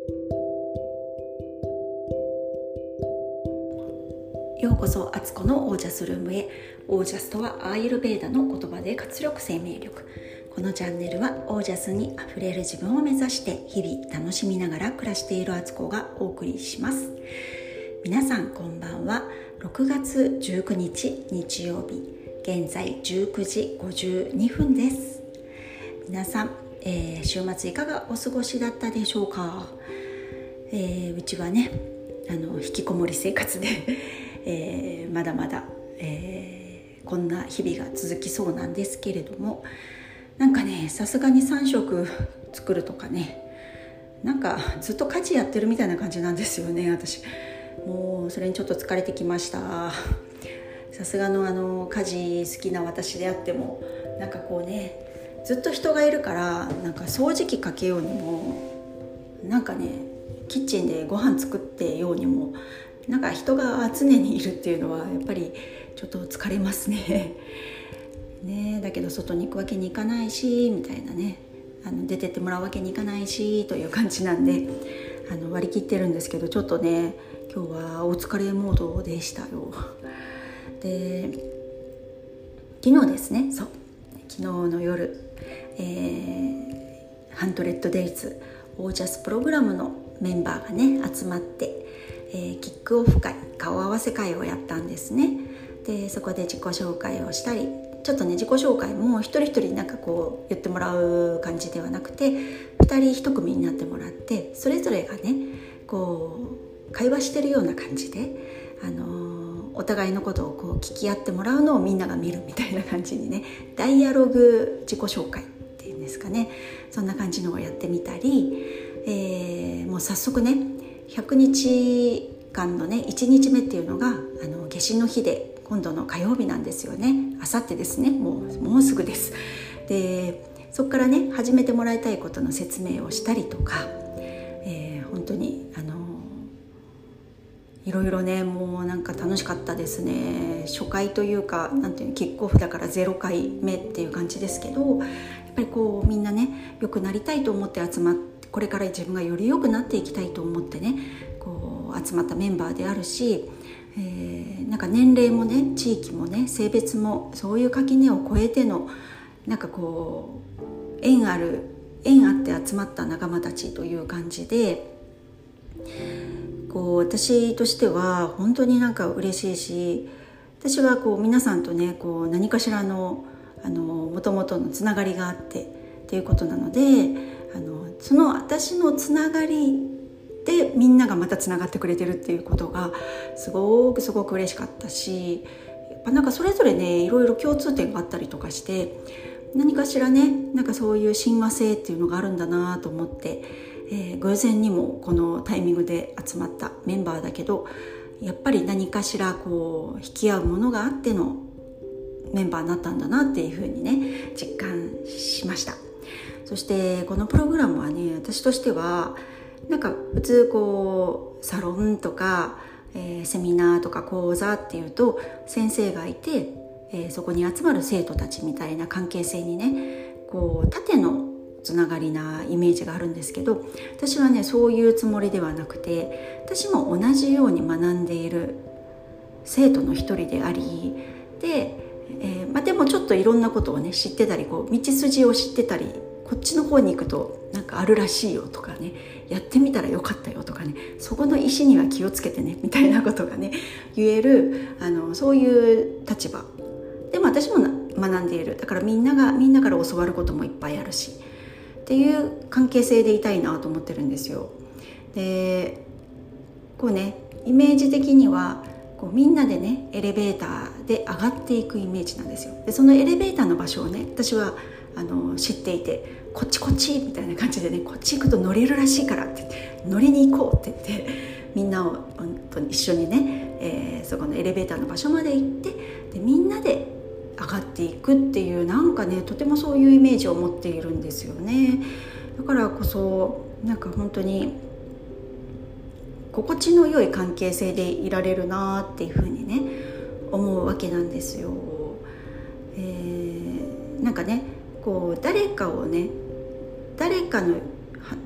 ようこそアツコのオージャスルームへ。オージャスとはアーユルヴェーダの言葉で活力生命力。このチャンネルはオージャスにあふれる自分を目指して日々楽しみながら暮らしているアツコがお送りします。皆さんこんばんは。6月19日日曜日、現在19時52分です。皆さん、週末いかがお過ごしだったでしょうか。うちはね引きこもり生活でまだまだ、こんな日々が続きそうなんですけれども、なんかねさすがに3食作るとかね、なんかずっと家事やってるみたいな感じなんですよね。私もうそれにちょっと疲れてきました。さすがの家事好きな私であっても、なんかこうねずっと人がいるから、なんか掃除機かけようにも、なんかねキッチンでご飯作ってようにも、なんか人が常にいるっていうのはやっぱりちょっと疲れますね。だけど外に行くわけにいかないしみたいなね、出てってもらうわけにいかないしという感じなんで、割り切ってるんですけど、ちょっとね今日はお疲れモードでしたよ。で昨日ですね、昨日の夜、100 days オージャスプログラムのメンバーがね集まって、キックオフ会、顔合わせ会をやったんですね。でそこで自己紹介をしたり、ちょっとね自己紹介も一人一人なんかこう言ってもらう感じではなくて、2人1組になってもらって、それぞれがねこう会話してるような感じで、お互いのことをこう聞き合ってもらうのをみんなが見るみたいな感じにね、ダイアログ自己紹介っていうんですかね、そんな感じのをやってみたり、もう早速ね100日間のね1日目っていうのが夏至の日で、今度の火曜日なんですよね。あさってですね、もうすぐです。でそこからね始めてもらいたいことの説明をしたりとか、本当にいろいろね、もうなんか楽しかったですね。初回というか、なんていうの、キックオフだから0回目っていう感じですけど、やっぱりこうみんなね良くなりたいと思って集まって、これから自分がより良くなっていきたいと思ってねこう集まったメンバーであるし、なんか年齢もね地域もね性別もそういう垣根を越えてのなんかこう縁あって集まった仲間たちという感じで、こう私としては本当になんか嬉しいし、私はこう皆さんとねこう何かしらの元々のつながりがあってっていうことなので、その私のつながりでみんながまたつながってくれてるっていうことがすごく嬉しかったし、やっぱなんかそれぞれねいろいろ共通点があったりとかして、何かしらねなんかそういう親和性っていうのがあるんだなと思って、偶然にもこのタイミングで集まったメンバーだけど、やっぱり何かしらこう引き合うものがあってのメンバーになったんだなっていうふうにね実感しました。そしてこのプログラムはね、私としてはなんか普通こうサロンとか、セミナーとか講座っていうと先生がいて、そこに集まる生徒たちみたいな関係性にねこう縦のつながりなイメージがあるんですけど、私はねそういうつもりではなくて、私も同じように学んでいる生徒の一人でありで、でもちょっといろんなことをね知ってたり、こう道筋を知ってたり、こっちの方に行くとなんかあるらしいよとかね、やってみたらよかったよとかね、そこの石には気をつけてねみたいなことがね言えるそういう立場でも私も学んでいる。だからみんなから教わることもいっぱいあるしっていう関係性でいたいなと思ってるんですよ。でこうねイメージ的にはこうみんなでねエレベーターで上がっていくイメージなんですよ。でそのエレベーターの場所をね私は知っていて、こっちみたいな感じでね、こっち行くと乗れるらしいからって言って乗りに行こうって言って、みんなを本当に一緒にね、そこのエレベーターの場所まで行って、でみんなで上がっていくっていう、なんかねとてもそういうイメージを持っているんですよね。だからこそなんか本当に心地の良い関係性でいられるなっていうふうにね思うわけなんですよ。なんかねこう誰かの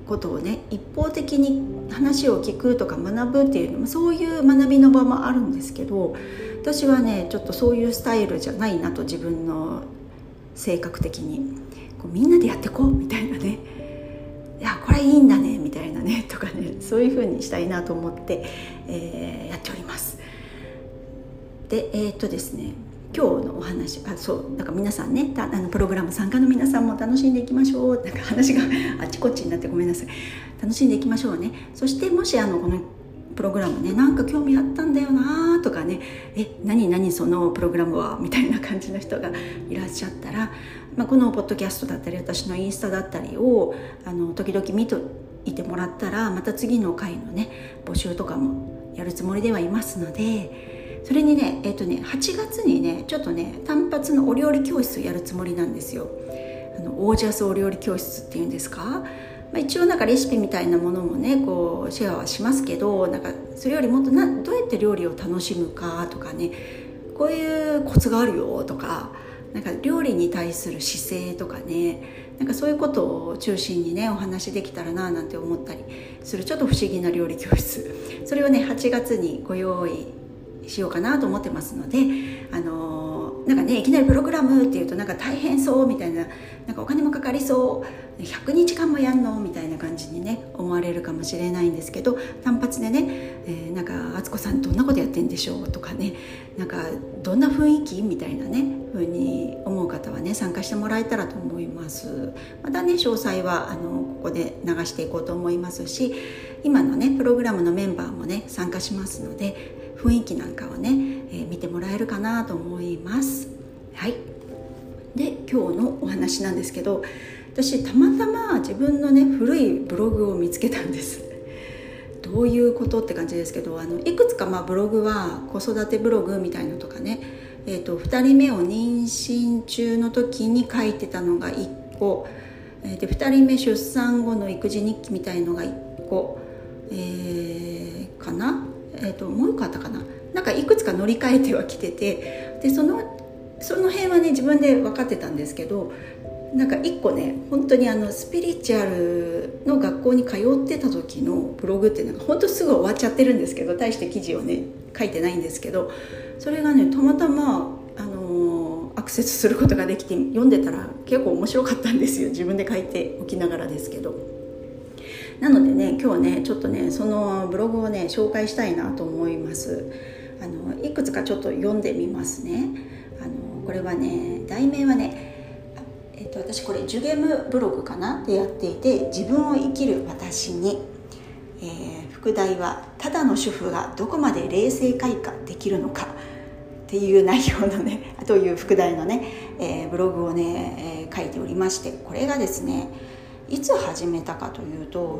ことをね一方的に話を聞くとか学ぶっていうのもそういう学びの場もあるんですけど、私はねちょっとそういうスタイルじゃないなと、自分の性格的にこうみんなでやってこうみたいなね、いやこれいいんだねみたいなねとかね、そういう風にしたいなと思って、やっております。でですね、今日のお話、そうだから皆さんねプログラム参加の皆さんも楽しんでいきましょう。なんか話があちこちになってごめんなさい。楽しんでいきましょうね。そしてもしこのプログラムねなんか興味あったんだよなとかね、何そのプログラムはみたいな感じの人がいらっしゃったら、このポッドキャストだったり私のインスタだったりを時々見ていてもらったら、また次の回のね募集とかもやるつもりではいますので、それにね8月にねちょっとね単発のお料理教室をやるつもりなんですよ。オージャスお料理教室っていうんですか、一応なんかレシピみたいなものもねこうシェアはしますけど、なんかそれよりもっとどうやって料理を楽しむかとかね、こういうコツがあるよとか、なんか料理に対する姿勢とかね、なんかそういうことを中心にねお話できたらななんて思ったりする、ちょっと不思議な料理教室、それをね8月にご用意しようかなと思ってますので、なんかねいきなりプログラムっていうとなんか大変そうみたいな、なんかお金もかかりそう100日間もやんのみたいな感じにね思われるかもしれないんですけど、単発でね、なんか敦子さんどんなことやってんでしょうとかね、なんかどんな雰囲気みたいなね風に思う方はね参加してもらえたらと思います。またね詳細はここで流していこうと思いますし、今のねプログラムのメンバーもね参加しますので、雰囲気なんかをね、見てもらえるかなと思います。はい。で今日のお話なんですけど、私たまたま自分のね古いブログを見つけたんです。どういうことって感じですけど、いくつかブログは子育てブログみたいのとかね、2人目を妊娠中の時に書いてたのが1個、で2人目出産後の育児日記みたいのが1個、かな、もう1個あったかな、なんかいくつか乗り換えてはきてて、でその辺はね自分で分かってたんですけど、なんか1個ね本当にスピリチュアルの学校に通ってた時のブログっていうのが本当すぐ終わっちゃってるんですけど、大して記事をね書いてないんですけど、それがねたまたまアクセスすることができて読んでたら結構面白かったんですよ。自分で書いておきながらですけど。なのでね今日はねちょっとねそのブログをね紹介したいなと思います。いくつかちょっと読んでみますね。これはね題名はね、私これジュゲムブログかなでやっていて、自分を生きる私に、副題はただの主婦がどこまで冷静開花できるのかっていう内容のねという副題のね、ブログをね、書いておりまして、これがですねいつ始めたかというと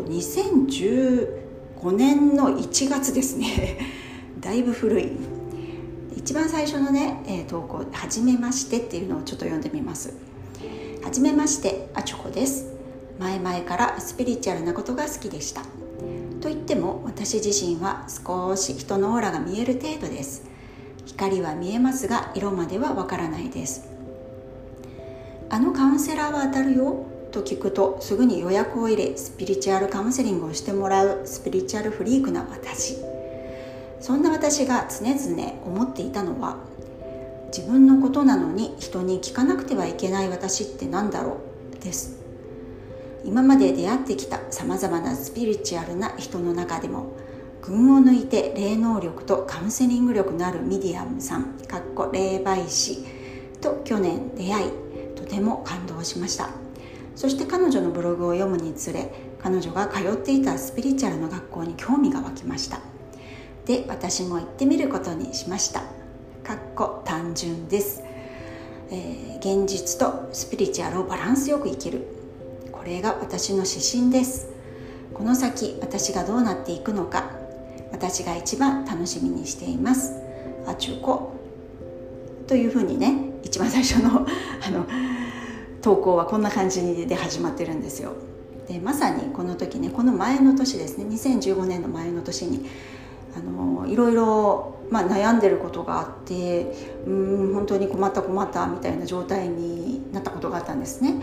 2015年の1月ですねだいぶ古い。一番最初のね、投稿はじめましてっていうのをちょっと読んでみます。はじめまして、あちょこです。前々からスピリチュアルなことが好きでした。と言っても私自身は少し人のオーラが見える程度です。光は見えますが色まではわからないです。カウンセラーは当たるよと聞くとすぐに予約を入れスピリチュアルカウンセリングをしてもらうスピリチュアルフリークな私。そんな私が常々思っていたのは、自分のことなのに人に聞かなくてはいけない私って何だろうです。今まで出会ってきたさまざまなスピリチュアルな人の中でも群を抜いて霊能力とカウンセリング力のあるミディアムさん霊媒師と去年出会い、とても感動しました。そして彼女のブログを読むにつれ、彼女が通っていたスピリチュアルの学校に興味が湧きました。で、私も行ってみることにしました。単純です。現実とスピリチュアルをバランスよく生きる。これが私の指針です。この先、私がどうなっていくのか、私が一番楽しみにしています。あちゅこというふうにね、一番最初の投稿はこんな感じで始まってるんですよ。で、まさにこの時ね、この前の年ですね、2015年の前の年にいろいろ、悩んでることがあって、本当に困ったみたいな状態になったことがあったんですね。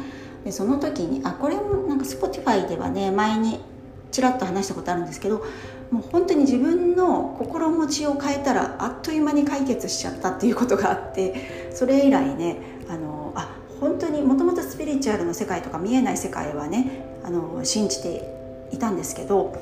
でその時にこれもなんか Spotify ではね前にちらっと話したことあるんですけど、もう本当に自分の心持ちを変えたらあっという間に解決しちゃったっていうことがあって、それ以来ね本当にもともとスピリチュアルの世界とか見えない世界はね信じていたんですけど、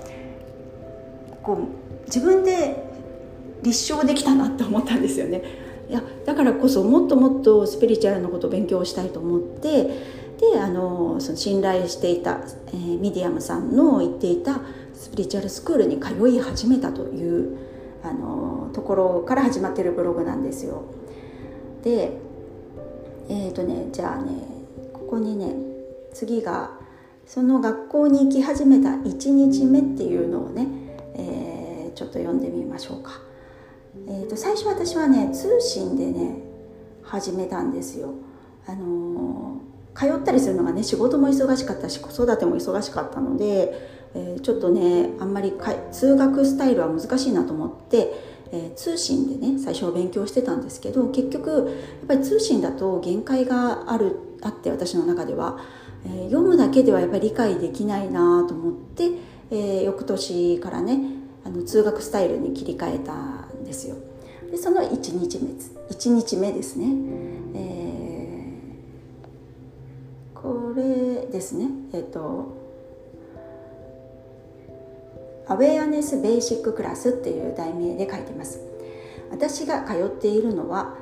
自分で立証できたなって思ったんですよね。いやだからこそもっともっとスピリチュアルのことを勉強したいと思って、でその信頼していた、ミディアムさんの言っていたスピリチュアルスクールに通い始めたというところから始まっているブログなんですよ。でじゃあねここにね次がその学校に行き始めた1日目っていうのをね、ちょっと読んでみましょうか。最初私はね通信でね始めたんですよ。通ったりするのがね仕事も忙しかったし子育ても忙しかったので、ちょっとねあんまり通学スタイルは難しいなと思って、通信でね最初は勉強してたんですけど、結局やっぱり通信だと限界があって私の中では、読むだけではやっぱり理解できないなと思って、翌年からね通学スタイルに切り替えたんですよ。でその1日目ですね、これですねアウェアネスベーシッククラスっていう題名で書いてます。私が通っているのは、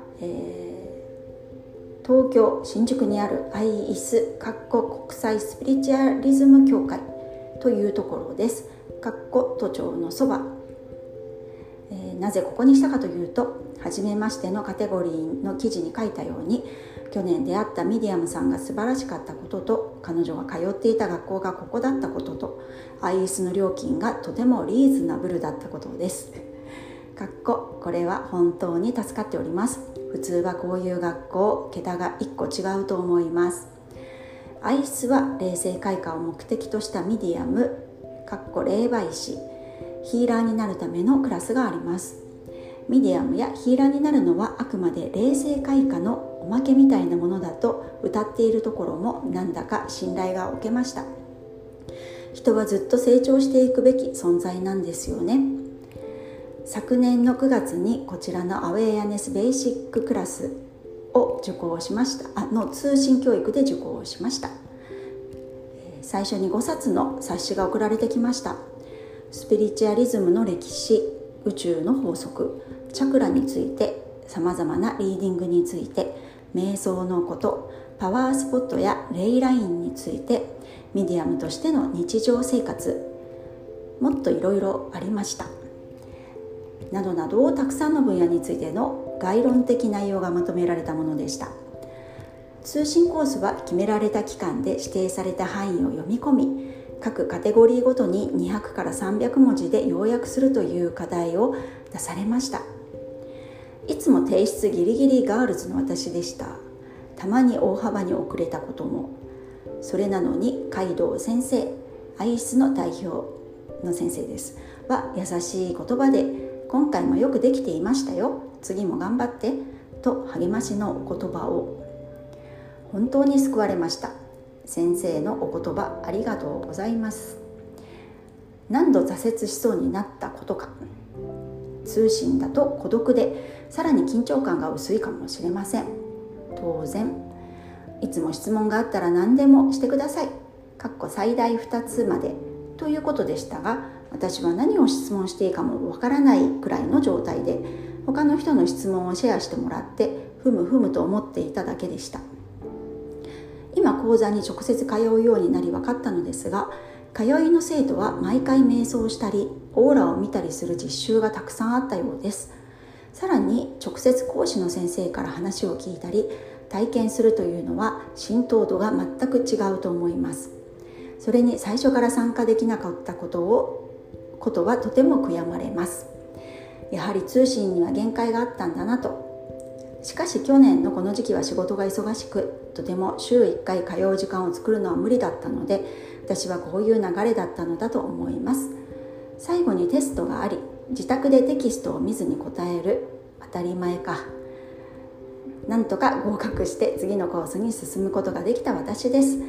東京新宿にあるIIS国際スピリチュアリズム協会というところです。都庁のそば。なぜここにしたかというと、初めましてのカテゴリーの記事に書いたように、去年出会ったミディアムさんが素晴らしかったことと、彼女が通っていた学校がここだったことと、IS の料金がとてもリーズナブルだったことです。これは本当に助かっております。普通はこういう学校、桁が1個違うと思います。IS は霊性開花を目的としたミディアム、霊媒師、ヒーラーになるためのクラスがあります。ミディアムやヒーラーになるのはあくまで霊性開花のおまけみたいなものだと歌っているところもなんだか信頼が置けました。人はずっと成長していくべき存在なんですよね。昨年の9月にこちらのアウェアネスベーシッククラスを受講しましたの通信教育で受講しました。最初に5冊の冊子が送られてきました。スピリチュアリズムの歴史、宇宙の法則、チャクラについて、さまざまなリーディングについて、瞑想のこと、パワースポットやレイラインについて、ミディアムとしての日常生活、もっといろいろありましたなどなど、たくさんの分野についての概論的内容がまとめられたものでした。通信コースは決められた期間で指定された範囲を読み込み、各カテゴリーごとに200から300文字で要約するという課題を出されました。いつも提出ギリギリガールズの私でした。たまに大幅に遅れたことも。それなのに海道先生、ISの代表の先生ですは優しい言葉で、今回もよくできていましたよ、次も頑張ってと励ましのお言葉を。本当に救われました。先生のお言葉ありがとうございます。何度挫折しそうになったことか。通信だと孤独でさらに緊張感が薄いかもしれません。当然いつも質問があったら何でもしてください。最大2つまでということでしたが、私は何を質問していいかもわからないくらいの状態で、他の人の質問をシェアしてもらってふむふむと思っていただけでした。今講座に直接通うようになり分かったのですが、通いの生徒は毎回瞑想したりオーラを見たりする実習がたくさんあったようです。さらに直接講師の先生から話を聞いたり体験するというのは浸透度が全く違うと思います。それに最初から参加できなかったことはとても悔やまれます。やはり通信には限界があったんだなと。しかし去年のこの時期は仕事が忙しく、とても週1回通う時間を作るのは無理だったので、私はこういう流れだったのだと思います。最後にテストがあり、自宅でテキストを見ずに答える。当たり前か。なんとか合格して次のコースに進むことができた私です。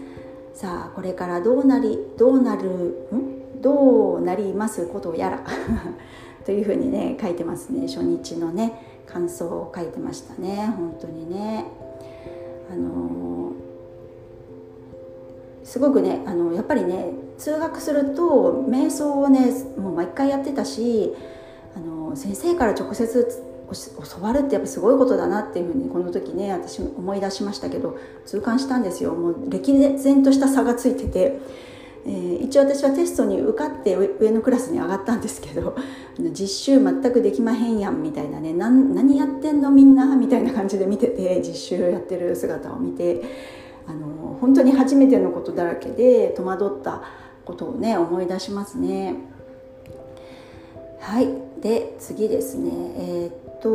さあこれからどうなりますことやらというふうにね書いてますね。初日のね感想を書いてましたね。本当にねすごくねやっぱりね通学すると瞑想をねもう毎回やってたし先生から直接教わるってやっぱすごいことだなっていうふうにこの時ね私思い出しましたけど、痛感したんですよ。もう歴然とした差がついてて、一応私はテストに受かって上のクラスに上がったんですけど、実習全くできまへんやんみたいなね、何やってんのみんなみたいな感じで見てて、実習やってる姿を見て本当に初めてのことだらけで戸惑ったことをね思い出しますね。はい、で次ですね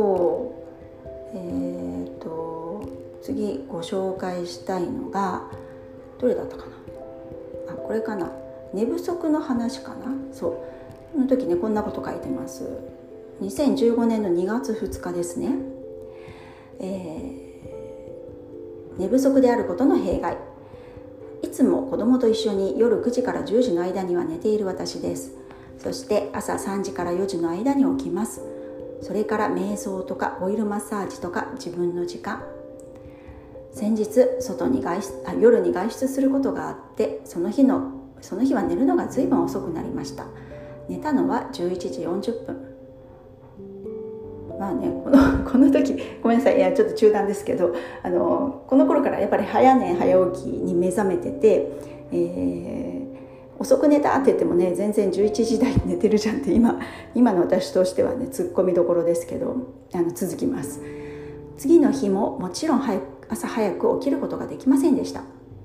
次ご紹介したいのがどれだったかな、これかな、寝不足の話かな。そうこの時ねこんなこと書いてます。2015年の2月2日ですね。寝不足であることの弊害。いつも子供と一緒に夜9時から10時の間には寝ている私です。そして朝3時から4時の間に起きます。それから瞑想とかオイルマッサージとか自分の時間。先日夜に外出することがあって、その日は寝るのが随分遅くなりました。寝たのは11時40分。まあね、この時ごめんなさい、ちょっと中断ですけどこの頃からやっぱり早寝早起きに目覚めてて、遅く寝たって言ってもね全然11時台に寝てるじゃんって今の私としてはねツッコミどころですけど続きます。次の日ももちろん朝早く起きることができませんでした。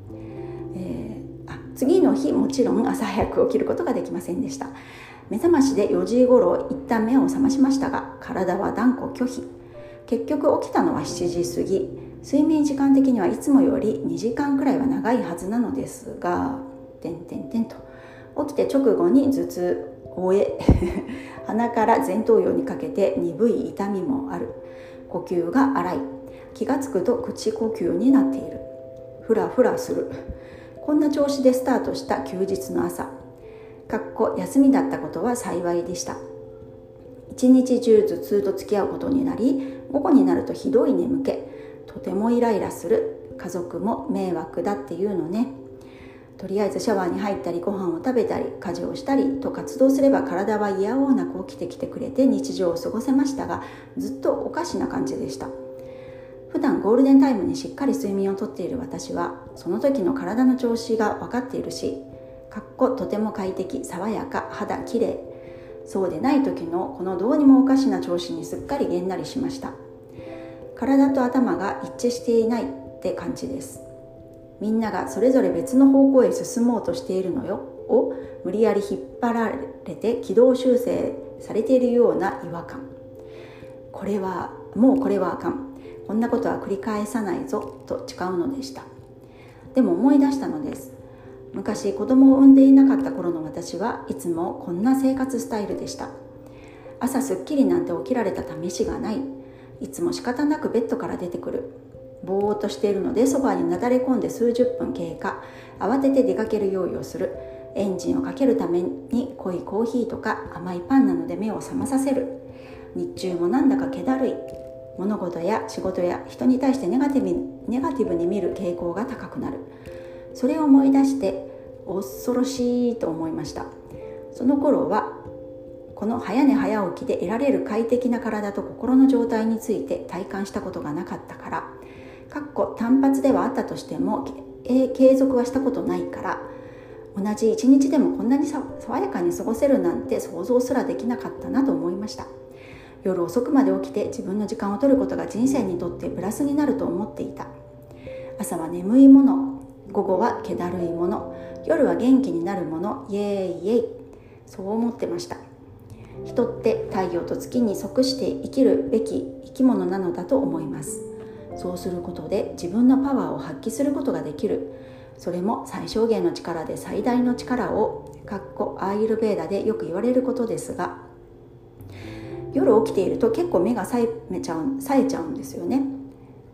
次の日もちろん朝早く起きることができませんでした。目覚ましで4時頃一旦目を覚ましましたが、体は断固拒否。結局起きたのは7時過ぎ。睡眠時間的にはいつもより2時間くらいは長いはずなのですがと起きて直後に頭痛、鼻から前頭葉にかけて鈍い痛みもある。呼吸が荒い。気がつくと口呼吸になっている。ふらふらする。こんな調子でスタートした休日の朝。休みだったことは幸いでした。一日中頭痛と付き合うことになり、午後になるとひどい眠気。とてもイライラする。家族も迷惑だっていうのね。とりあえずシャワーに入ったりご飯を食べたり家事をしたりと活動すれば体は嫌おうなく起きてきてくれて日常を過ごせましたが、ずっとおかしな感じでした。普段ゴールデンタイムにしっかり睡眠をとっている私はその時の体の調子が分かっているし、とても快適、爽やか、肌きれい。そうでない時のこのどうにもおかしな調子にすっかりげんなりしました。体と頭が一致していないって感じです。みんながそれぞれ別の方向へ進もうとしているのよを無理やり引っ張られて軌道修正されているような違和感。これはあかん。こんなことは繰り返さないぞと誓うのでした。でも思い出したのです。昔子供を産んでいなかった頃の私はいつもこんな生活スタイルでした。朝すっきりなんて起きられた試しがない。いつも仕方なくベッドから出てくる。ぼーっとしているのでソファになだれ込んで数十分経過。慌てて出かける用意をする。エンジンをかけるために濃いコーヒーとか甘いパンなので目を覚まさせる。日中もなんだか気だるい。物事や仕事や人に対してネガティブに見る傾向が高くなる。それを思い出して恐ろしいと思いました。その頃はこの早寝早起きで得られる快適な体と心の状態について体感したことがなかったから、単発ではあったとしても継続はしたことないから、同じ一日でもこんなに爽やかに過ごせるなんて想像すらできなかったなと思いました。夜遅くまで起きて自分の時間を取ることが人生にとってプラスになると思っていた。朝は眠いもの、午後は気だるいもの、夜は元気になるもの、イエーイイエイ。そう思ってました。人って太陽と月に即して生きるべき生き物なのだと思います。そうすることで自分のパワーを発揮することができる。それも最小限の力で最大の力をアーユルヴェーダでよく言われることですが、夜起きていると結構目が冴えちゃうんですよね。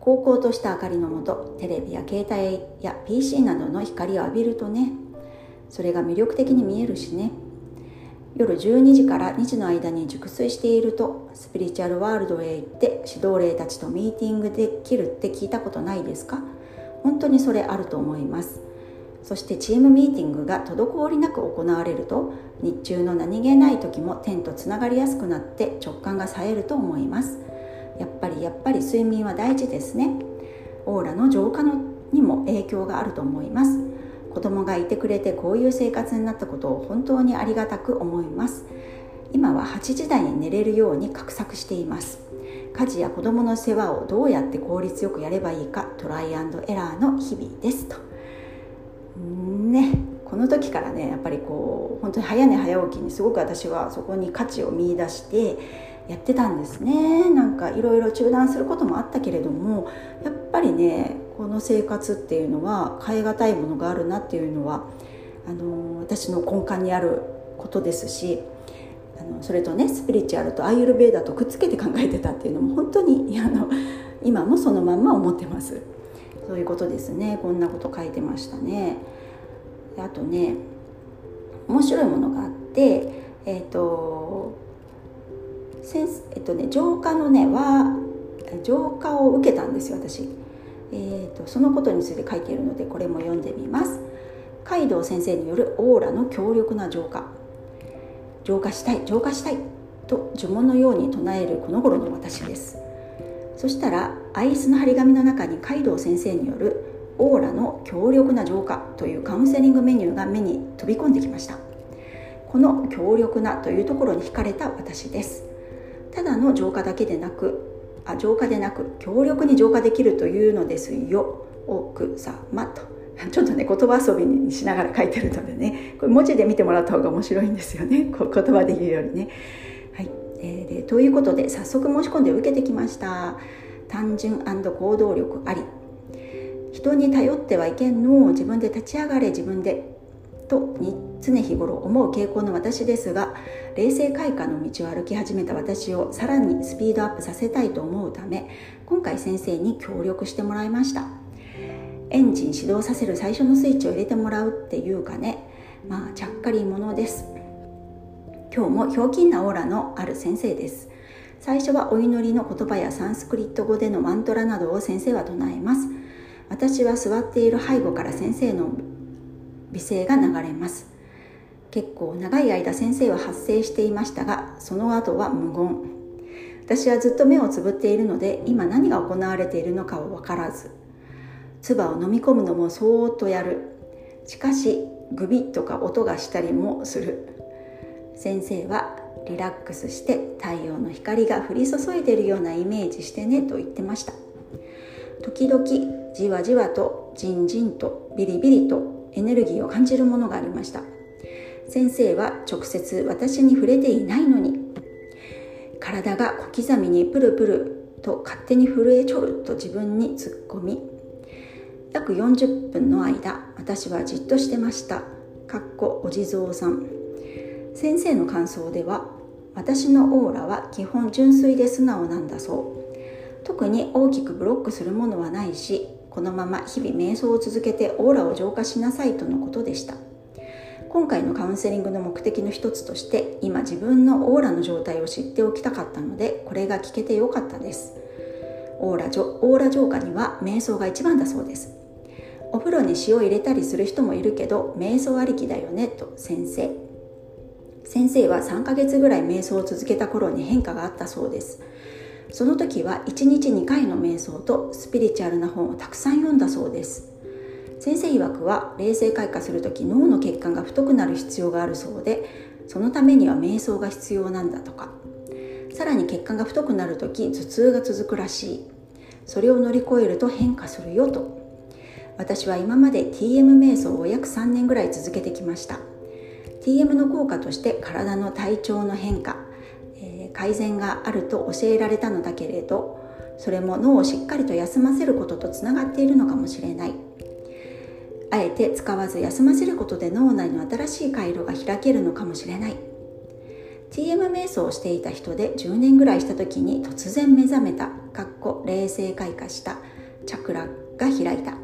煌々とした明かりの下、テレビや携帯や PC などの光を浴びるとね、それが魅力的に見えるしね。夜12時から2時の間に熟睡しているとスピリチュアルワールドへ行って指導霊たちとミーティングできるって聞いたことないですか？本当にそれあると思います。そしてチームミーティングが滞りなく行われると、日中の何気ない時も天とつながりやすくなって直感が冴えると思います。やっぱり睡眠は大事ですね。オーラの浄化にも影響があると思います。子供がいてくれてこういう生活になったことを本当にありがたく思います。今は8時台に寝れるように画策しています。家事や子供の世話をどうやって効率よくやればいいか、トライアンドエラーの日々ですとね。この時からね、やっぱり本当に早寝早起きにすごく私はそこに価値を見出してやってたんですね。なんかいろいろ中断することもあったけれども、やっぱりね、この生活っていうのは変え難いものがあるなっていうのは私の根幹にあることですし、それとね、スピリチュアルとアーユルヴェーダとくっつけて考えてたっていうのも本当に今もそのまんま思ってます。そういうことですね。こんなこと書いてましたね。あとね、面白いものがあって、浄化のね浄化を受けたんですよ、私。そのことについて書いているので、これも読んでみます。海道先生によるオーラの強力な浄化。浄化したいと呪文のように唱えるこの頃の私です。そしたらアイスの張り紙の中に海道先生によるオーラの強力な浄化というカウンセリングメニューが目に飛び込んできました。この強力なというところに惹かれた私です。ただの浄化でなく強力に浄化できるというのですよ、奥様と。ちょっとね、言葉遊びにしながら書いてるのでね、これ文字で見てもらった方が面白いんですよね、言葉で言うよりね。はい、ということで早速申し込んで受けてきました。単純&行動力あり。人に頼ってはいけんの、自分で立ち上がれ自分でと常日頃思う傾向の私ですが、霊性開花の道を歩き始めた私をさらにスピードアップさせたいと思うため、今回先生に協力してもらいました。エンジン始動させる最初のスイッチを入れてもらうっていうかね、ちゃっかり者です。今日もひょうきんなオーラのある先生です。最初はお祈りの言葉やサンスクリット語でのマントラなどを先生は唱えます。私は座っている背後から先生の美声が流れます。結構長い間先生は発声していましたが、その後は無言。私はずっと目をつぶっているので、今何が行われているのかは分からず、唾を飲み込むのもそーっとやる。しかしグビッとか音がしたりもする。先生はリラックスして太陽の光が降り注いでいるようなイメージしてねと言ってました。時々じわじわとじんじんとビリビリとエネルギーを感じるものがありました。先生は直接私に触れていないのに、体が小刻みにプルプルと勝手に震えちょると自分に突っ込み、約40分の間私はじっとしてました。お地蔵さん。先生の感想では、私のオーラは基本純粋で素直なんだそう。特に大きくブロックするものはないし、このまま日々瞑想を続けてオーラを浄化しなさいとのことでした。今回のカウンセリングの目的の一つとして、今自分のオーラの状態を知っておきたかったので、これが聞けてよかったです。オーラ浄化には瞑想が一番だそうです。お風呂に塩入れたりする人もいるけど、瞑想ありきだよねと先生は3ヶ月ぐらい瞑想を続けた頃に変化があったそうです。その時は1日2回の瞑想とスピリチュアルな本をたくさん読んだそうです。先生曰くは、霊性開花する時脳の血管が太くなる必要があるそうで、そのためには瞑想が必要なんだとか。さらに血管が太くなる時、頭痛が続くらしい。それを乗り越えると変化するよと。私は今まで TM 瞑想を約3年ぐらい続けてきました。TM の効果として体の体調の変化、改善があると教えられたのだけれど、それも脳をしっかりと休ませることとつながっているのかもしれない。あえて使わず休ませることで脳内の新しい回路が開けるのかもしれない。TM 瞑想をしていた人で10年ぐらいした時に突然目覚めた、霊性開花したチャクラが開いた。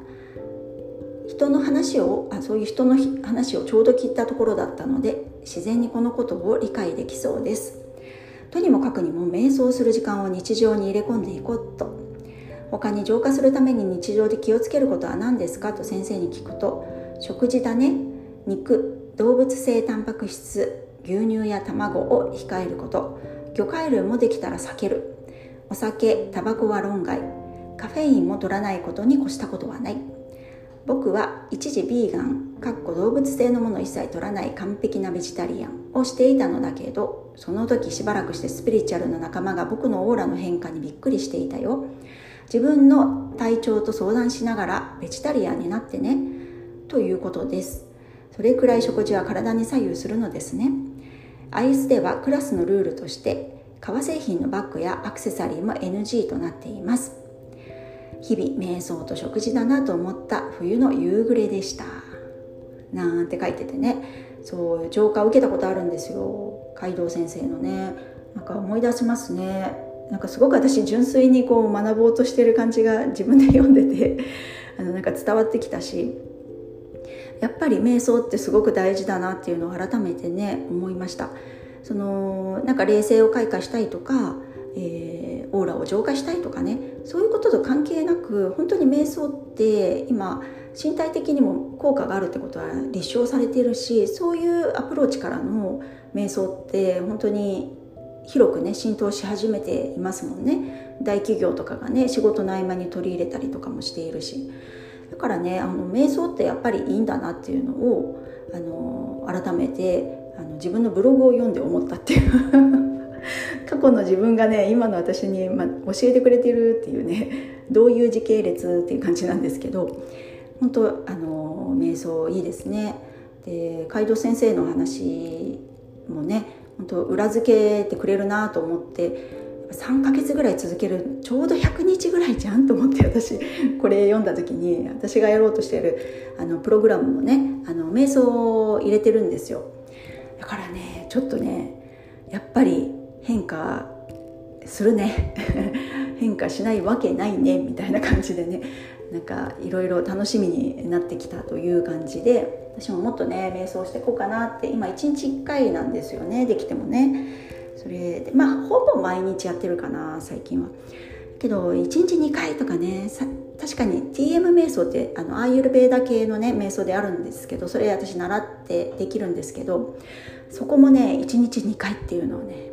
そういう人の話をちょうど聞いたところだったので、自然にこのことを理解できそうです。とにもかくにも瞑想する時間を日常に入れ込んでいこうと。他に浄化するために日常で気をつけることは何ですかと先生に聞くと、食事だね、肉、動物性タンパク質、牛乳や卵を控えること、魚介類もできたら避ける、お酒、タバコは論外、カフェインも取らないことに越したことはない。僕は一時ビーガン動物性のものを一切取らない完璧なベジタリアンをしていたのだけど、その時しばらくしてスピリチュアルの仲間が僕のオーラの変化にびっくりしていたよ。自分の体調と相談しながらベジタリアンになってね、ということです。それくらい食事は体に左右するのですね。アイスではクラスのルールとして革製品のバッグやアクセサリーも NG となっています。日々瞑想と食事だなと思った冬の夕暮れでした、なんて書いててね、そう浄化を受けたことあるんですよ、海道先生のね。なんか思い出しますね。なんかすごく私純粋にこう学ぼうとしてる感じが自分で読んでてなんか伝わってきたし、やっぱり瞑想ってすごく大事だなっていうのを改めてね思いました。なんか霊性を開花したいとか、オーラを浄化したいとかね、そういうことと関係なく、本当に瞑想って今身体的にも効果があるってことは立証されているし、そういうアプローチからの瞑想って本当に広くね浸透し始めていますもんね。大企業とかがね仕事の合間に取り入れたりとかもしているし、だからね瞑想ってやっぱりいいんだなっていうのを改めて自分のブログを読んで思ったっていう過去の自分がね今の私に、教えてくれてるっていうね、どういう時系列っていう感じなんですけど、本当瞑想いいですね。で海道先生の話もね本当裏付けてくれるなと思って、3ヶ月ぐらい続ける、ちょうど100日ぐらいじゃんと思って、私これ読んだ時に私がやろうとしているプログラムもね瞑想を入れてるんですよ。だからねちょっとねやっぱり変化するね変化しないわけないねみたいな感じでね、なんかいろいろ楽しみになってきたという感じで、私ももっとね瞑想していこうかなって。今1日1回なんですよね、できてもね。それでほぼ毎日やってるかな最近は。けど1日2回とかね、確かに TM 瞑想ってアーユルベーダ系のね瞑想であるんですけど、それ私習ってできるんですけど、そこもね1日2回っていうのをね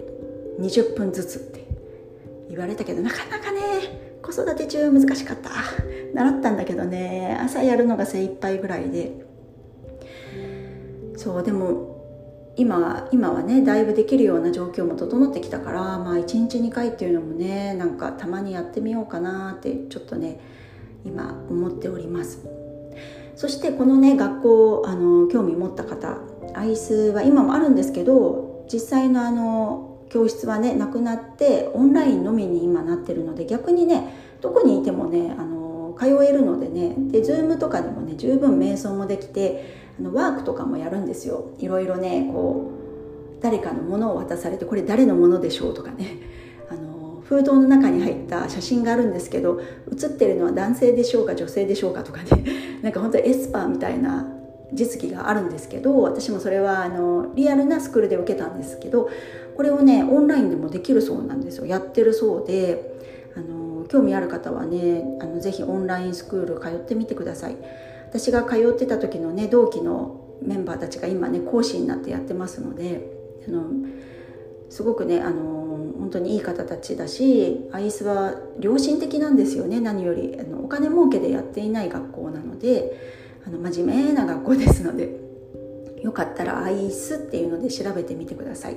20分ずつって言われたけど、なかなかね子育て中難しかった。習ったんだけどね、朝やるのが精一杯ぐらいで、そうでも今はねだいぶできるような状況も整ってきたから、1日2回っていうのもねなんかたまにやってみようかなってちょっとね今思っております。そしてこのね学校興味持った方、アイスは今もあるんですけど、実際の教室はねなくなってオンラインのみに今なってるので、逆にねどこにいてもね通えるのでね、で Zoom とかでもね十分瞑想もできて、ワークとかもやるんですよ。いろいろねこう誰かのものを渡されて、これ誰のものでしょうとかね、封筒の中に入った写真があるんですけど、写ってるのは男性でしょうか女性でしょうかとかねなんか本当にエスパーみたいな実技があるんですけど、私もそれはリアルなスクールで受けたんですけど、これをねオンラインでもできるそうなんですよ。やってるそうで、興味ある方はねぜひオンラインスクール通ってみてください。私が通ってた時のね同期のメンバーたちが今ね講師になってやってますので、すごくね本当にいい方たちだし、アイスは良心的なんですよね。何よりお金儲けでやっていない学校なので、真面目な学校ですので、よかったらアイスっていうので調べてみてください。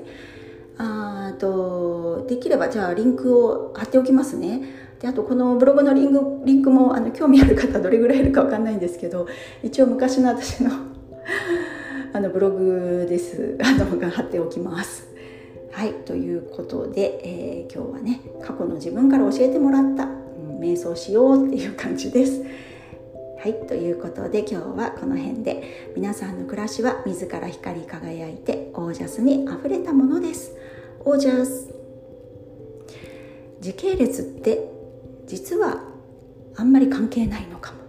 できればじゃあリンクを貼っておきますね。であとこのブログのリンクも興味ある方どれぐらいいるか分かんないんですけど、一応昔の私のブログですが貼っておきます。はい、ということで、今日はね過去の自分から教えてもらった、瞑想しようっていう感じです。はい、ということで今日はこの辺で、皆さんの暮らしは自ら光り輝いてオージャスにあふれたものです。オージャス。時系列って実はあんまり関係ないのかも